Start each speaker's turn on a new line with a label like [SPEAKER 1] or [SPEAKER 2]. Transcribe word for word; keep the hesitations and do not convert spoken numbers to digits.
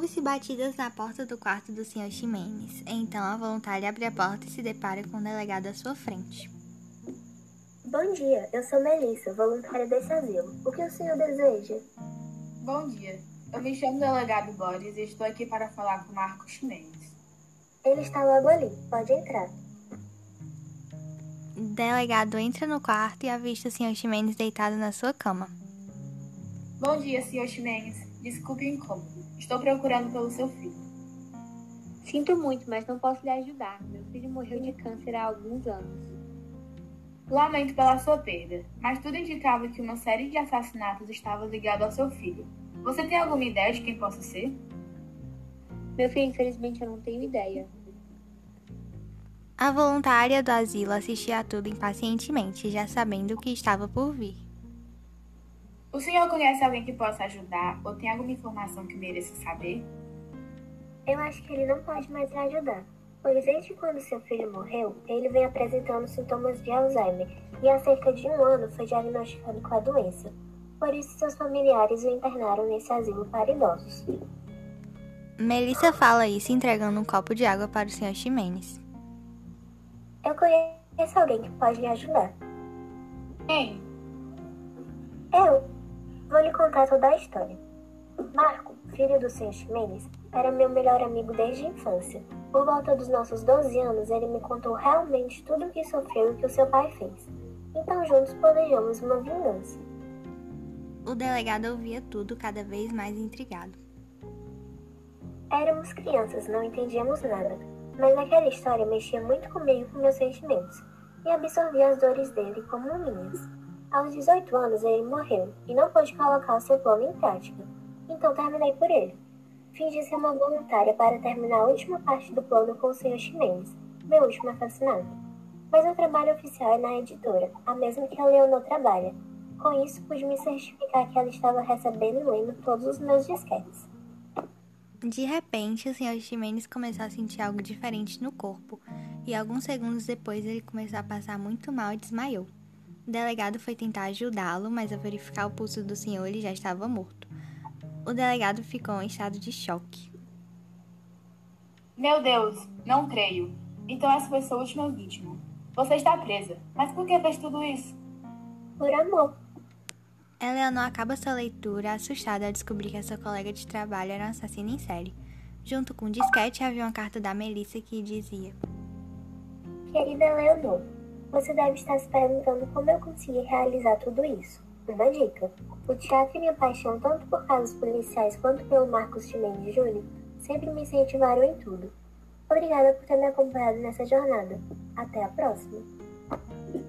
[SPEAKER 1] Ouve-se batidas na porta do quarto do senhor Ximenes. Então a voluntária abre a porta e se depara com o delegado à sua frente.
[SPEAKER 2] Bom dia, eu sou Melissa, voluntária desse asilo. O que o senhor deseja?
[SPEAKER 3] Bom dia, eu me chamo delegado Boris e estou aqui para falar com Marcos Ximenes.
[SPEAKER 2] Ele está logo ali, pode entrar.
[SPEAKER 1] O delegado entra no quarto e avista o senhor Ximenes deitado na sua cama.
[SPEAKER 3] Bom dia, senhor Ximenes. Desculpe o incômodo. Estou procurando pelo seu filho.
[SPEAKER 4] Sinto muito, mas não posso lhe ajudar. Meu filho morreu de câncer há alguns anos.
[SPEAKER 3] Lamento pela sua perda, mas tudo indicava que uma série de assassinatos estava ligada ao seu filho. Você tem alguma ideia de quem possa ser?
[SPEAKER 4] Meu filho, infelizmente, eu não tenho ideia.
[SPEAKER 1] A voluntária do asilo assistia a tudo impacientemente, já sabendo o que estava por vir.
[SPEAKER 3] O senhor conhece alguém que possa ajudar ou tem alguma informação que mereça saber?
[SPEAKER 2] Eu acho que ele não pode mais lhe ajudar, pois desde quando seu filho morreu, ele vem apresentando sintomas de Alzheimer e há cerca de um ano foi diagnosticado com a doença. Por isso, seus familiares o internaram nesse asilo para idosos.
[SPEAKER 1] Melissa fala isso entregando um copo de água para o senhor Ximenes.
[SPEAKER 2] Eu conheço alguém que pode lhe ajudar.
[SPEAKER 3] Quem?
[SPEAKER 2] Eu vou lhe contar toda a história. Marco, filho do senhor Ximenes, era meu melhor amigo desde a infância. Por volta dos nossos doze anos, ele me contou realmente tudo o que sofreu e o que o seu pai fez. Então juntos planejamos uma vingança.
[SPEAKER 1] O delegado ouvia tudo, cada vez mais intrigado.
[SPEAKER 2] Éramos crianças, não entendíamos nada, mas aquela história mexia muito comigo e com meus sentimentos, e absorvia as dores dele como minhas. Aos dezoito anos ele morreu, e não pôde colocar o seu plano em prática, então terminei por ele. Fingi ser uma voluntária para terminar a última parte do plano com o senhor Ximenes, meu último assassinato. Mas o trabalho oficial é na editora, a mesma que a Leonor trabalha. Com isso, pude me certificar que ela estava recebendo e lendo todos os meus disquetes.
[SPEAKER 1] De repente, o senhor Ximenes começou a sentir algo diferente no corpo, e alguns segundos depois ele começou a passar muito mal e desmaiou. O delegado foi tentar ajudá-lo, mas ao verificar o pulso do senhor, ele já estava morto. O delegado ficou em estado de choque.
[SPEAKER 3] Meu Deus, não creio. Então essa foi sua última vítima. Você está presa, mas por que fez tudo isso?
[SPEAKER 2] Por amor.
[SPEAKER 1] Eleanor acaba sua leitura, assustada ao descobrir que a sua colega de trabalho era uma assassina em série. Junto com o disquete havia uma carta da Melissa que dizia:
[SPEAKER 2] Querida Leonor, você deve estar se perguntando como eu consegui realizar tudo isso. Uma dica: o teatro e minha paixão, tanto por casos policiais quanto pelo Marcos Ximenes Júnior, sempre me incentivaram em tudo. Obrigada por ter me acompanhado nessa jornada. Até a próxima.